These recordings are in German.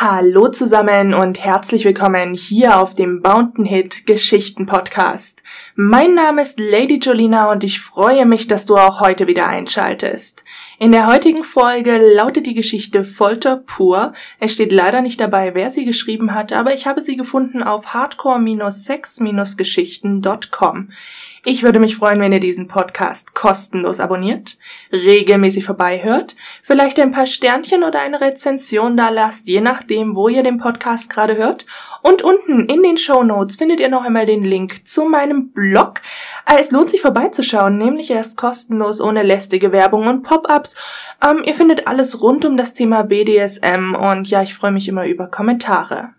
Hallo zusammen und herzlich willkommen hier auf dem Bountain Hit Geschichten Podcast. Mein Name ist Lady Jolina und ich freue mich, dass du auch heute wieder einschaltest. In der heutigen Folge lautet die Geschichte Folter pur. Es steht leider nicht dabei, wer sie geschrieben hat, aber ich habe sie gefunden auf hardcore-sex-geschichten.com. Ich würde mich freuen, wenn ihr diesen Podcast kostenlos abonniert, regelmäßig vorbeihört, vielleicht ein paar Sternchen oder eine Rezension da lasst, je nachdem, wo ihr den Podcast gerade hört. Und unten in den Shownotes findet ihr noch einmal den Link zu meinem Blog. Es lohnt sich vorbeizuschauen, nämlich erst kostenlos, ohne lästige Werbung und Pop-ups. Ihr findet alles rund um das Thema BDSM und ja, ich freue mich immer über Kommentare.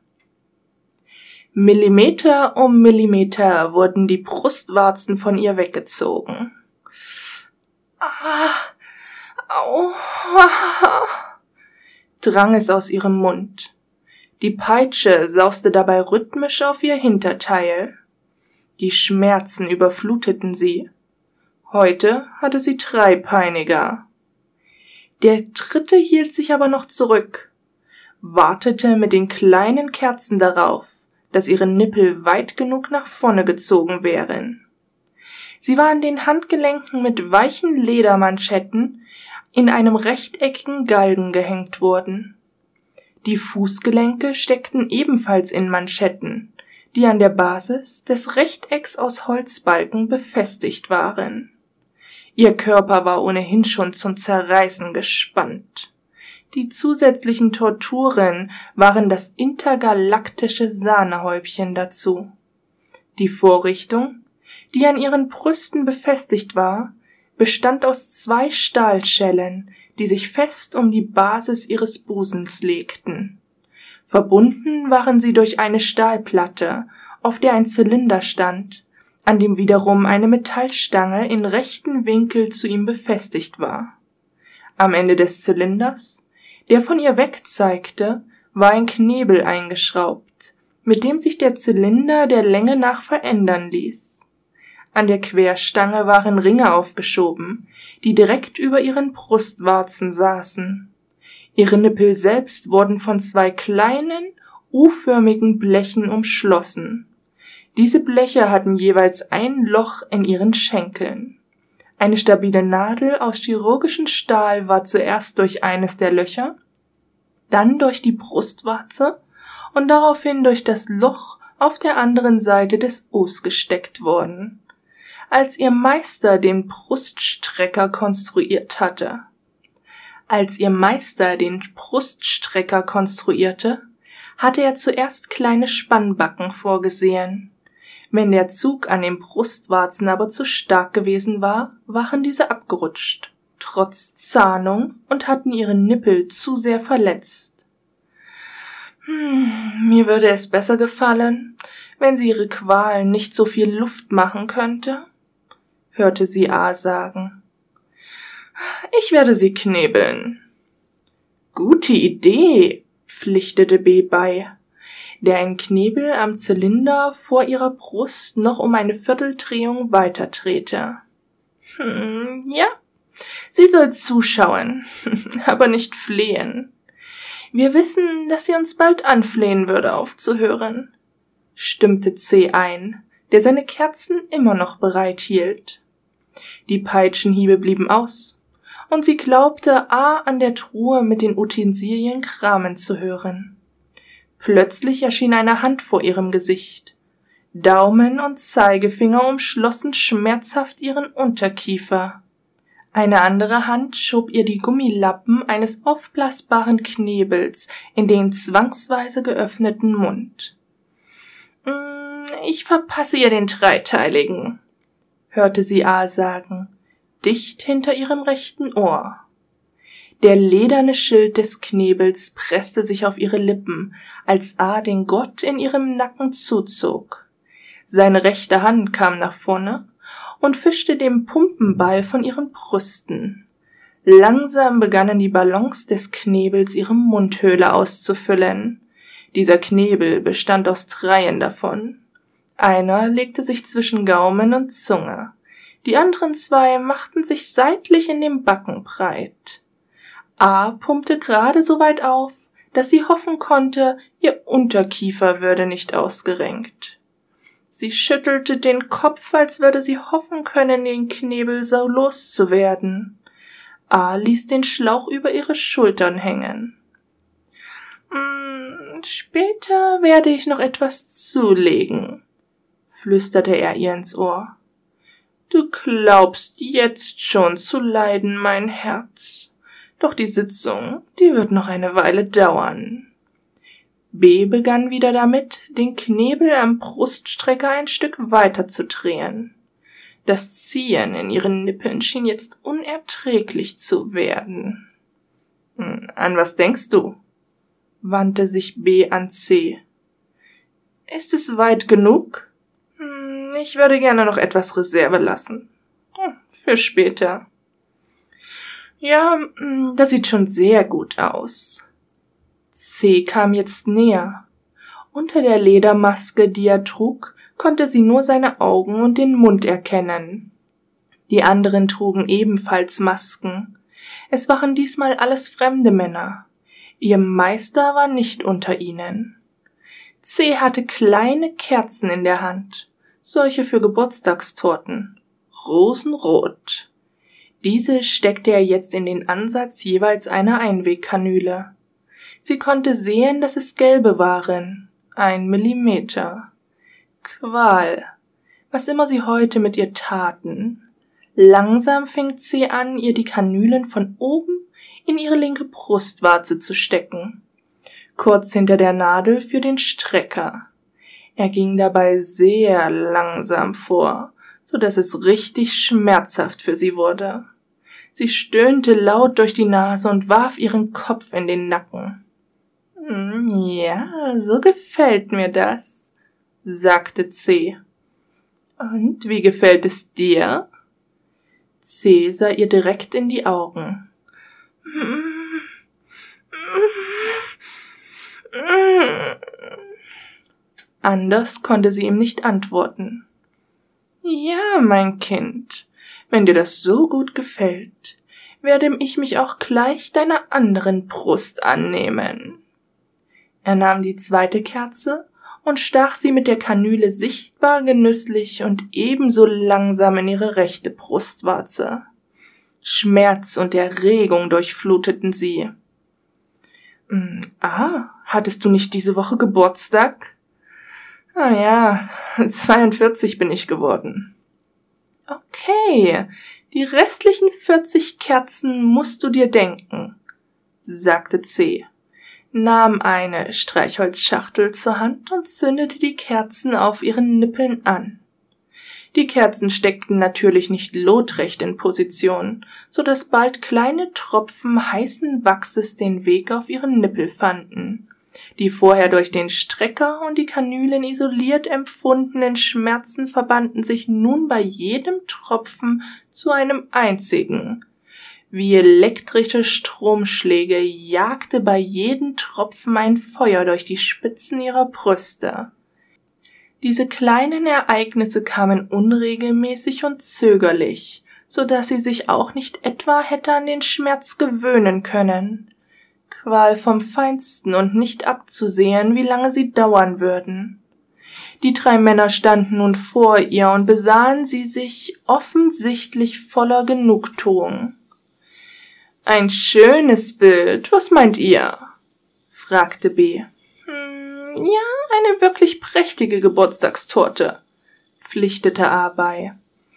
Millimeter um Millimeter wurden die Brustwarzen von ihr weggezogen. Drang es aus ihrem Mund. Die Peitsche sauste dabei rhythmisch auf ihr Hinterteil. Die Schmerzen überfluteten sie. Heute hatte sie 3 Peiniger. Der dritte hielt sich aber noch zurück, wartete mit den kleinen Kerzen darauf, dass ihre Nippel weit genug nach vorne gezogen wären. Sie war an den Handgelenken mit weichen Ledermanschetten in einem rechteckigen Galgen gehängt worden. Die Fußgelenke steckten ebenfalls in Manschetten, die an der Basis des Rechtecks aus Holzbalken befestigt waren. Ihr Körper war ohnehin schon zum Zerreißen gespannt. Die zusätzlichen Torturen waren das intergalaktische Sahnehäubchen dazu. Die Vorrichtung, die an ihren Brüsten befestigt war, bestand aus 2 Stahlschellen, die sich fest um die Basis ihres Busens legten. Verbunden waren sie durch eine Stahlplatte, auf der ein Zylinder stand, an dem wiederum eine Metallstange in rechten Winkel zu ihm befestigt war. Am Ende des Zylinders, der von ihr wegzeigte, war ein Knebel eingeschraubt, mit dem sich der Zylinder der Länge nach verändern ließ. An der Querstange waren Ringe aufgeschoben, die direkt über ihren Brustwarzen saßen. Ihre Nippel selbst wurden von 2 kleinen, U-förmigen Blechen umschlossen. Diese Bleche hatten jeweils ein Loch in ihren Schenkeln. Eine stabile Nadel aus chirurgischem Stahl war zuerst durch eines der Löcher, dann durch die Brustwarze und daraufhin durch das Loch auf der anderen Seite des Os gesteckt worden, als ihr Meister den Bruststrecker konstruiert hatte. Hatte er zuerst kleine Spannbacken vorgesehen. Wenn der Zug an den Brustwarzen aber zu stark gewesen war, waren diese abgerutscht, trotz Zahnung, und hatten ihre Nippel zu sehr verletzt. Mir würde es besser gefallen, wenn sie ihre Qualen nicht so viel Luft machen könnte, hörte sie A sagen. Ich werde sie knebeln. Gute Idee, pflichtete B bei, der einen Knebel am Zylinder vor ihrer Brust noch um eine Vierteldrehung weiterdrehte. Ja, sie soll zuschauen, aber nicht flehen. Wir wissen, dass sie uns bald anflehen würde, aufzuhören, stimmte C ein, der seine Kerzen immer noch bereit hielt. Die Peitschenhiebe blieben aus, und sie glaubte, A an der Truhe mit den Utensilien kramen zu hören. Plötzlich erschien eine Hand vor ihrem Gesicht. Daumen und Zeigefinger umschlossen schmerzhaft ihren Unterkiefer. Eine andere Hand schob ihr die Gummilappen eines aufblasbaren Knebels in den zwangsweise geöffneten Mund. Ich verpasse ihr den dreiteiligen, hörte sie A sagen, dicht hinter ihrem rechten Ohr. Der lederne Schild des Knebels presste sich auf ihre Lippen, als A den Gott in ihrem Nacken zuzog. Seine rechte Hand kam nach vorne und fischte den Pumpenball von ihren Brüsten. Langsam begannen die Ballons des Knebels ihre Mundhöhle auszufüllen. Dieser Knebel bestand aus 3 davon. Einer legte sich zwischen Gaumen und Zunge. Die anderen 2 machten sich seitlich in den Backen breit. A pumpte gerade so weit auf, dass sie hoffen konnte, ihr Unterkiefer würde nicht ausgerenkt. Sie schüttelte den Kopf, als würde sie hoffen können, den Knebelsau loszuwerden. A ließ den Schlauch über ihre Schultern hängen. »Später werde ich noch etwas zulegen«, flüsterte er ihr ins Ohr. »Du glaubst jetzt schon zu leiden, mein Herz. Doch die Sitzung, die wird noch eine Weile dauern.« B begann wieder damit, den Knebel am Bruststrecker ein Stück weiter zu drehen. Das Ziehen in ihren Nippeln schien jetzt unerträglich zu werden. »An was denkst du?« wandte sich B an C. »Ist es weit genug? Ich würde gerne noch etwas Reserve lassen. Für später.« »Ja, das sieht schon sehr gut aus.« C kam jetzt näher. Unter der Ledermaske, die er trug, konnte sie nur seine Augen und den Mund erkennen. Die anderen trugen ebenfalls Masken. Es waren diesmal alles fremde Männer. Ihr Meister war nicht unter ihnen. C hatte kleine Kerzen in der Hand, solche für Geburtstagstorten, rosenrot. Diese steckte er jetzt in den Ansatz jeweils einer Einwegkanüle. Sie konnte sehen, dass es gelbe waren, 1 Millimeter. Qual, was immer sie heute mit ihr taten. Langsam fing C an, ihr die Kanülen von oben in ihre linke Brustwarze zu stecken, kurz hinter der Nadel für den Strecker. Er ging dabei sehr langsam vor, so dass es richtig schmerzhaft für sie wurde. Sie stöhnte laut durch die Nase und warf ihren Kopf in den Nacken. »Ja, so gefällt mir das«, sagte C. »Und wie gefällt es dir?« C sah ihr direkt in die Augen. Anders konnte sie ihm nicht antworten. »Ja, mein Kind, wenn dir das so gut gefällt, werde ich mich auch gleich deiner anderen Brust annehmen.« Er nahm die zweite Kerze und stach sie mit der Kanüle sichtbar genüsslich und ebenso langsam in ihre rechte Brustwarze. Schmerz und Erregung durchfluteten sie. Hattest du nicht diese Woche Geburtstag?« »Ja, 42 bin ich geworden.« »Okay, die restlichen 40 Kerzen musst du dir denken«, sagte C, nahm eine Streichholzschachtel zur Hand und zündete die Kerzen auf ihren Nippeln an. Die Kerzen steckten natürlich nicht lotrecht in Position, so dass bald kleine Tropfen heißen Wachses den Weg auf ihren Nippel fanden. Die vorher durch den Strecker und die Kanülen isoliert empfundenen Schmerzen verbanden sich nun bei jedem Tropfen zu einem einzigen. Wie elektrische Stromschläge jagte bei jedem Tropfen ein Feuer durch die Spitzen ihrer Brüste. Diese kleinen Ereignisse kamen unregelmäßig und zögerlich, so dass sie sich auch nicht etwa hätte an den Schmerz gewöhnen können. Qual vom Feinsten und nicht abzusehen, wie lange sie dauern würden. Die 3 Männer standen nun vor ihr und besahen sie sich offensichtlich voller Genugtuung. »Ein schönes Bild, was meint ihr?« fragte B. »Ja, eine wirklich prächtige Geburtstagstorte«, pflichtete A bei.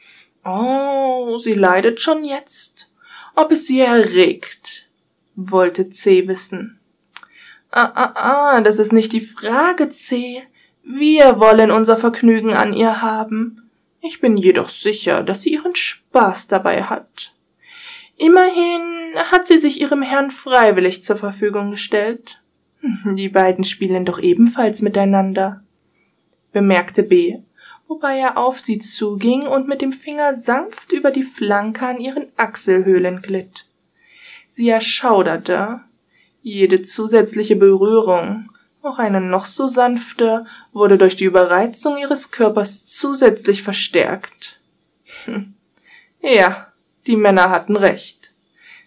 »Oh, sie leidet schon jetzt. Ob es sie erregt?« wollte C wissen. Das ist nicht die Frage, C. Wir wollen unser Vergnügen an ihr haben. Ich bin jedoch sicher, dass sie ihren Spaß dabei hat. Immerhin hat sie sich ihrem Herrn freiwillig zur Verfügung gestellt. Die beiden spielen doch ebenfalls miteinander«, bemerkte B, wobei er auf sie zuging und mit dem Finger sanft über die Flanke an ihren Achselhöhlen glitt. Sie erschauderte. Jede zusätzliche Berührung, auch eine noch so sanfte, wurde durch die Überreizung ihres Körpers zusätzlich verstärkt. Ja, die Männer hatten recht.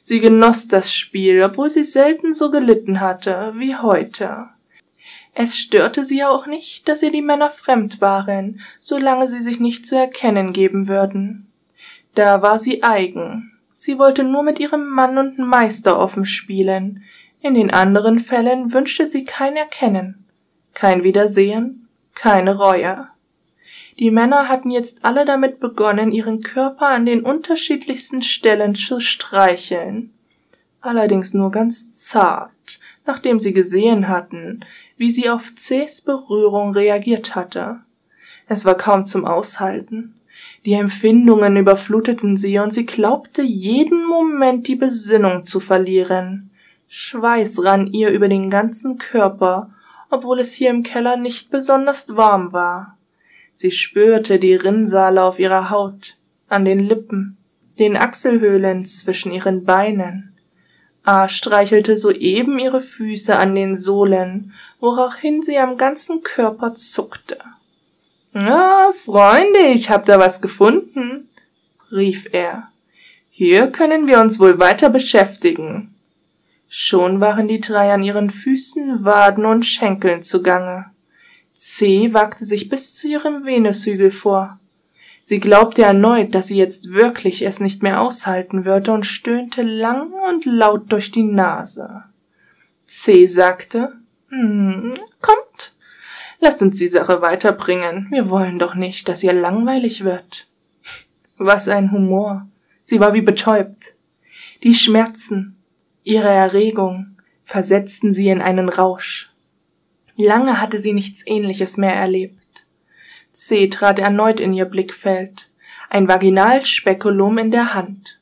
Sie genoss das Spiel, obwohl sie selten so gelitten hatte wie heute. Es störte sie auch nicht, dass ihr die Männer fremd waren, solange sie sich nicht zu erkennen geben würden. Da war sie eigen. Sie wollte nur mit ihrem Mann und Meister offen spielen. In den anderen Fällen wünschte sie kein Erkennen, kein Wiedersehen, keine Reue. Die Männer hatten jetzt alle damit begonnen, ihren Körper an den unterschiedlichsten Stellen zu streicheln. Allerdings nur ganz zart, nachdem sie gesehen hatten, wie sie auf Cs Berührung reagiert hatte. Es war kaum zum Aushalten. Die Empfindungen überfluteten sie und sie glaubte jeden Moment die Besinnung zu verlieren. Schweiß rann ihr über den ganzen Körper, obwohl es hier im Keller nicht besonders warm war. Sie spürte die Rinnsale auf ihrer Haut, an den Lippen, den Achselhöhlen zwischen ihren Beinen. A streichelte soeben ihre Füße an den Sohlen, woraufhin sie am ganzen Körper zuckte. »Ah, Freunde, ich hab da was gefunden«, rief er. »Hier können wir uns wohl weiter beschäftigen.« Schon waren die drei an ihren Füßen, Waden und Schenkeln zugange. C wagte sich bis zu ihrem Venushügel vor. Sie glaubte erneut, dass sie jetzt wirklich es nicht mehr aushalten würde und stöhnte lang und laut durch die Nase. C sagte, kommt, lasst uns die Sache weiterbringen. Wir wollen doch nicht, dass ihr langweilig wird. Was ein Humor. Sie war wie betäubt. Die Schmerzen, ihre Erregung versetzten sie in einen Rausch. Lange hatte sie nichts Ähnliches mehr erlebt. C trat erneut in ihr Blickfeld, ein Vaginalspekulum in der Hand.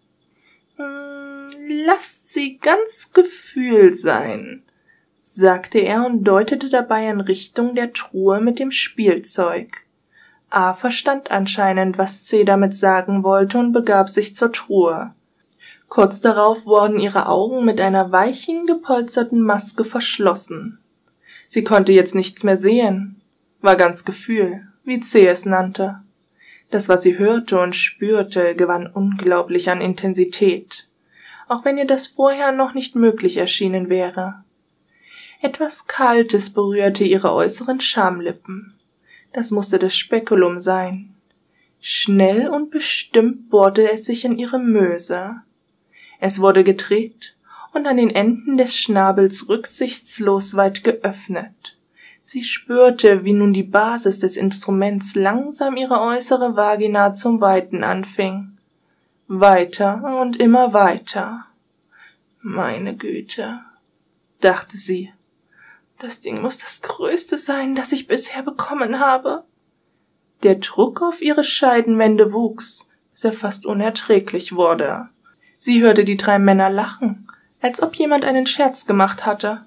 »Lasst sie ganz Gefühl sein«, sagte er und deutete dabei in Richtung der Truhe mit dem Spielzeug. A verstand anscheinend, was C damit sagen wollte und begab sich zur Truhe. Kurz darauf wurden ihre Augen mit einer weichen, gepolsterten Maske verschlossen. Sie konnte jetzt nichts mehr sehen, war ganz Gefühl, wie C es nannte. Das, was sie hörte und spürte, gewann unglaublich an Intensität, auch wenn ihr das vorher noch nicht möglich erschienen wäre. Etwas Kaltes berührte ihre äußeren Schamlippen. Das musste das Spekulum sein. Schnell und bestimmt bohrte es sich in ihre Möse. Es wurde gedreht und an den Enden des Schnabels rücksichtslos weit geöffnet. Sie spürte, wie nun die Basis des Instruments langsam ihre äußere Vagina zum Weiten anfing. Weiter und immer weiter. Meine Güte, dachte sie, das Ding muss das Größte sein, das ich bisher bekommen habe. Der Druck auf ihre Scheidenwände wuchs, bis er fast unerträglich wurde. Sie hörte die drei Männer lachen, als ob jemand einen Scherz gemacht hatte.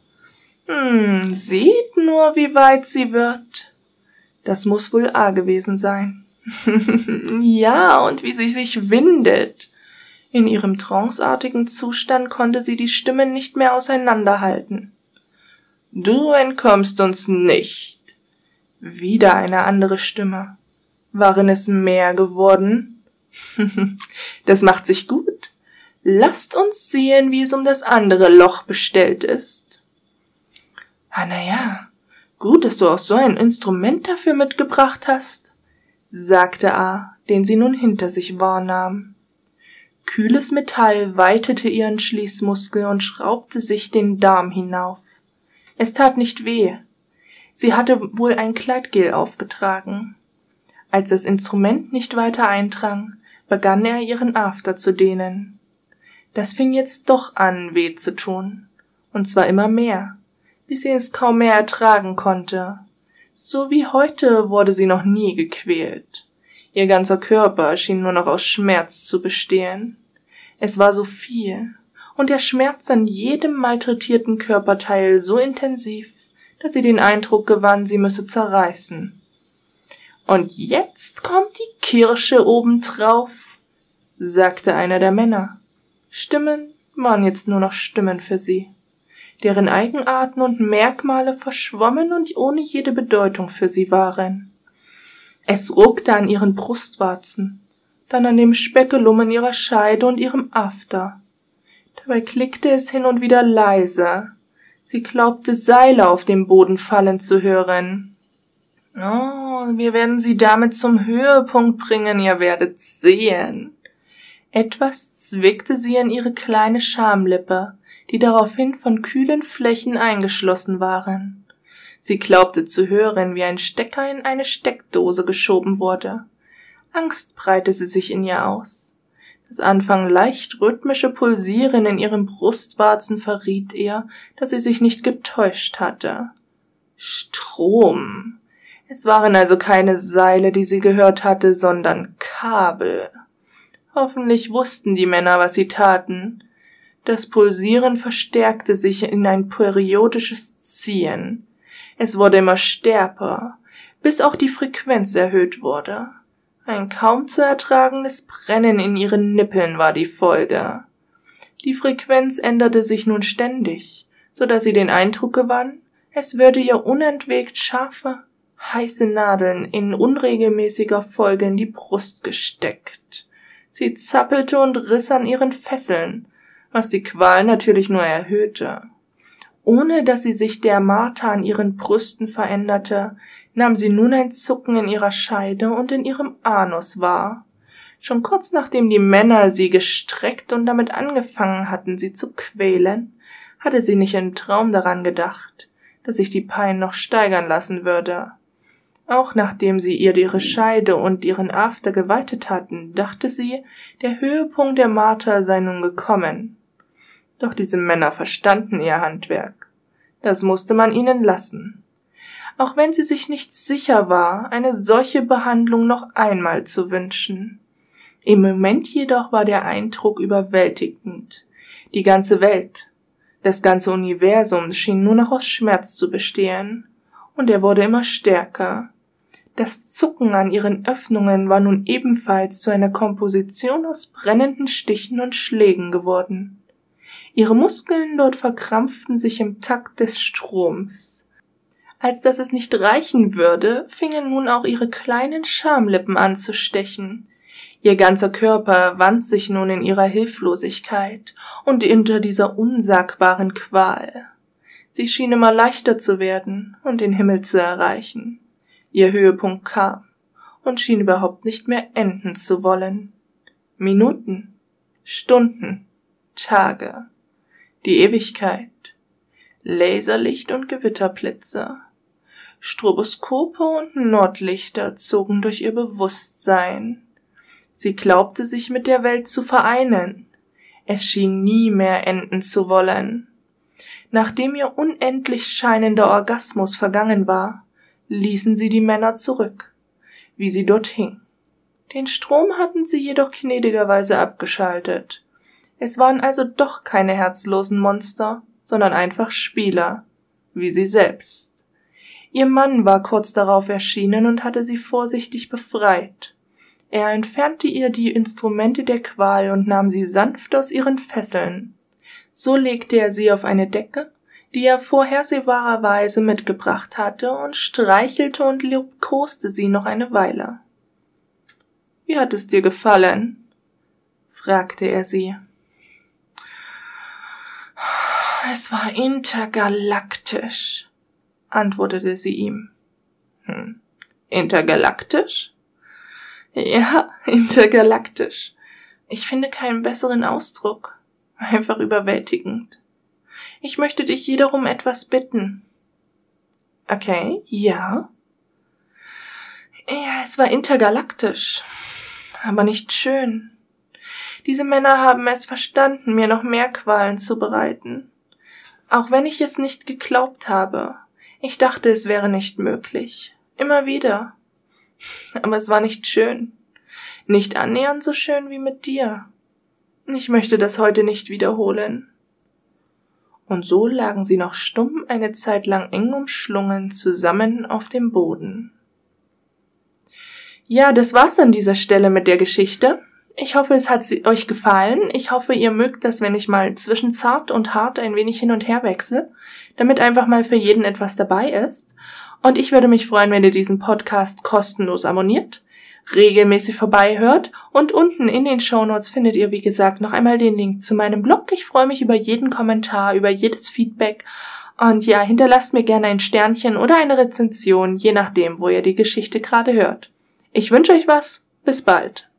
Seht nur, wie weit sie wird. Das muss wohl A gewesen sein. Ja, und wie sie sich windet. In ihrem tranceartigen Zustand konnte sie die Stimmen nicht mehr auseinanderhalten. Du entkommst uns nicht. Wieder eine andere Stimme. Waren es mehr geworden? Das macht sich gut. Lasst uns sehen, wie es um das andere Loch bestellt ist. Na ja, gut, dass du auch so ein Instrument dafür mitgebracht hast, sagte A, den sie nun hinter sich wahrnahm. Kühles Metall weitete ihren Schließmuskel und schraubte sich den Darm hinauf. Es tat nicht weh. Sie hatte wohl ein Kleidgel aufgetragen. Als das Instrument nicht weiter eindrang, begann er ihren After zu dehnen. Das fing jetzt doch an, weh zu tun, und zwar immer mehr, bis sie es kaum mehr ertragen konnte. So wie heute wurde sie noch nie gequält. Ihr ganzer Körper schien nur noch aus Schmerz zu bestehen. Es war so viel, und der Schmerz an jedem malträtierten Körperteil so intensiv, dass sie den Eindruck gewann, sie müsse zerreißen. »Und jetzt kommt die Kirsche obendrauf«, sagte einer der Männer. Stimmen waren jetzt nur noch Stimmen für sie, deren Eigenarten und Merkmale verschwommen und ohne jede Bedeutung für sie waren. Es ruckte an ihren Brustwarzen, dann an dem Spekulum in ihrer Scheide und ihrem After. Dabei klickte es hin und wieder leise. Sie glaubte, Seile auf dem Boden fallen zu hören. »Oh, wir werden Sie damit zum Höhepunkt bringen, ihr werdet sehen.« Etwas zwickte sie in ihre kleine Schamlippe, die daraufhin von kühlen Flächen eingeschlossen waren. Sie glaubte zu hören, wie ein Stecker in eine Steckdose geschoben wurde. Angst breitete sich in ihr aus. Das anfangs leicht rhythmische Pulsieren in ihren Brustwarzen verriet ihr, dass sie sich nicht getäuscht hatte. Strom. Es waren also keine Seile, die sie gehört hatte, sondern Kabel. Hoffentlich wussten die Männer, was sie taten. Das Pulsieren verstärkte sich in ein periodisches Ziehen. Es wurde immer stärker, bis auch die Frequenz erhöht wurde. Ein kaum zu ertragendes Brennen in ihren Nippeln war die Folge. Die Frequenz änderte sich nun ständig, so dass sie den Eindruck gewann, es würde ihr unentwegt scharfe, heiße Nadeln in unregelmäßiger Folge in die Brust gesteckt. Sie zappelte und riss an ihren Fesseln, was die Qual natürlich nur erhöhte. Ohne dass sie sich der Marter an ihren Brüsten veränderte, nahm sie nun ein Zucken in ihrer Scheide und in ihrem Anus wahr. Schon kurz nachdem die Männer sie gestreckt und damit angefangen hatten, sie zu quälen, hatte sie nicht im Traum daran gedacht, dass sich die Pein noch steigern lassen würde. Auch nachdem sie ihr ihre Scheide und ihren After geweitet hatten, dachte sie, der Höhepunkt der Marter sei nun gekommen. Doch diese Männer verstanden ihr Handwerk. Das musste man ihnen lassen. Auch wenn sie sich nicht sicher war, eine solche Behandlung noch einmal zu wünschen. Im Moment jedoch war der Eindruck überwältigend. Die ganze Welt, das ganze Universum schien nur noch aus Schmerz zu bestehen, und er wurde immer stärker. Das Zucken an ihren Öffnungen war nun ebenfalls zu einer Komposition aus brennenden Stichen und Schlägen geworden. Ihre Muskeln dort verkrampften sich im Takt des Stroms. Als dass es nicht reichen würde, fingen nun auch ihre kleinen Schamlippen an zu stechen. Ihr ganzer Körper wand sich nun in ihrer Hilflosigkeit und unter dieser unsagbaren Qual. Sie schien immer leichter zu werden und den Himmel zu erreichen. Ihr Höhepunkt kam und schien überhaupt nicht mehr enden zu wollen. Minuten, Stunden, Tage, die Ewigkeit, Laserlicht und Gewitterblitze, Stroboskope und Nordlichter zogen durch ihr Bewusstsein. Sie glaubte, sich mit der Welt zu vereinen. Es schien nie mehr enden zu wollen. Nachdem ihr unendlich scheinender Orgasmus vergangen war, ließen sie die Männer zurück, wie sie dort hing. Den Strom hatten sie jedoch gnädigerweise abgeschaltet. Es waren also doch keine herzlosen Monster, sondern einfach Spieler, wie sie selbst. Ihr Mann war kurz darauf erschienen und hatte sie vorsichtig befreit. Er entfernte ihr die Instrumente der Qual und nahm sie sanft aus ihren Fesseln. So legte er sie auf eine Decke, die er vorhersehbarerweise mitgebracht hatte, und streichelte und liebkoste sie noch eine Weile. »Wie hat es dir gefallen?« fragte er sie. »Es war intergalaktisch«, antwortete sie ihm. »Intergalaktisch?« »Ja, intergalaktisch. Ich finde keinen besseren Ausdruck. Einfach überwältigend. Ich möchte dich jedoch um etwas bitten.« »Okay, ja?« »Ja, es war intergalaktisch, aber nicht schön. Diese Männer haben es verstanden, mir noch mehr Qualen zu bereiten. Auch wenn ich es nicht geglaubt habe. Ich dachte, es wäre nicht möglich. Immer wieder. Aber es war nicht schön. Nicht annähernd so schön wie mit dir. Ich möchte das heute nicht wiederholen.« Und so lagen sie noch stumm eine Zeit lang eng umschlungen zusammen auf dem Boden. Ja, das war's an dieser Stelle mit der Geschichte. Ich hoffe, es hat euch gefallen. Ich hoffe, ihr mögt das, wenn ich mal zwischen zart und hart ein wenig hin und her wechsle, damit einfach mal für jeden etwas dabei ist. Und ich würde mich freuen, wenn ihr diesen Podcast kostenlos abonniert, regelmäßig vorbeihört. Und unten in den Shownotes findet ihr, wie gesagt, noch einmal den Link zu meinem Blog. Ich freue mich über jeden Kommentar, über jedes Feedback. Und ja, hinterlasst mir gerne ein Sternchen oder eine Rezension, je nachdem, wo ihr die Geschichte gerade hört. Ich wünsche euch was. Bis bald.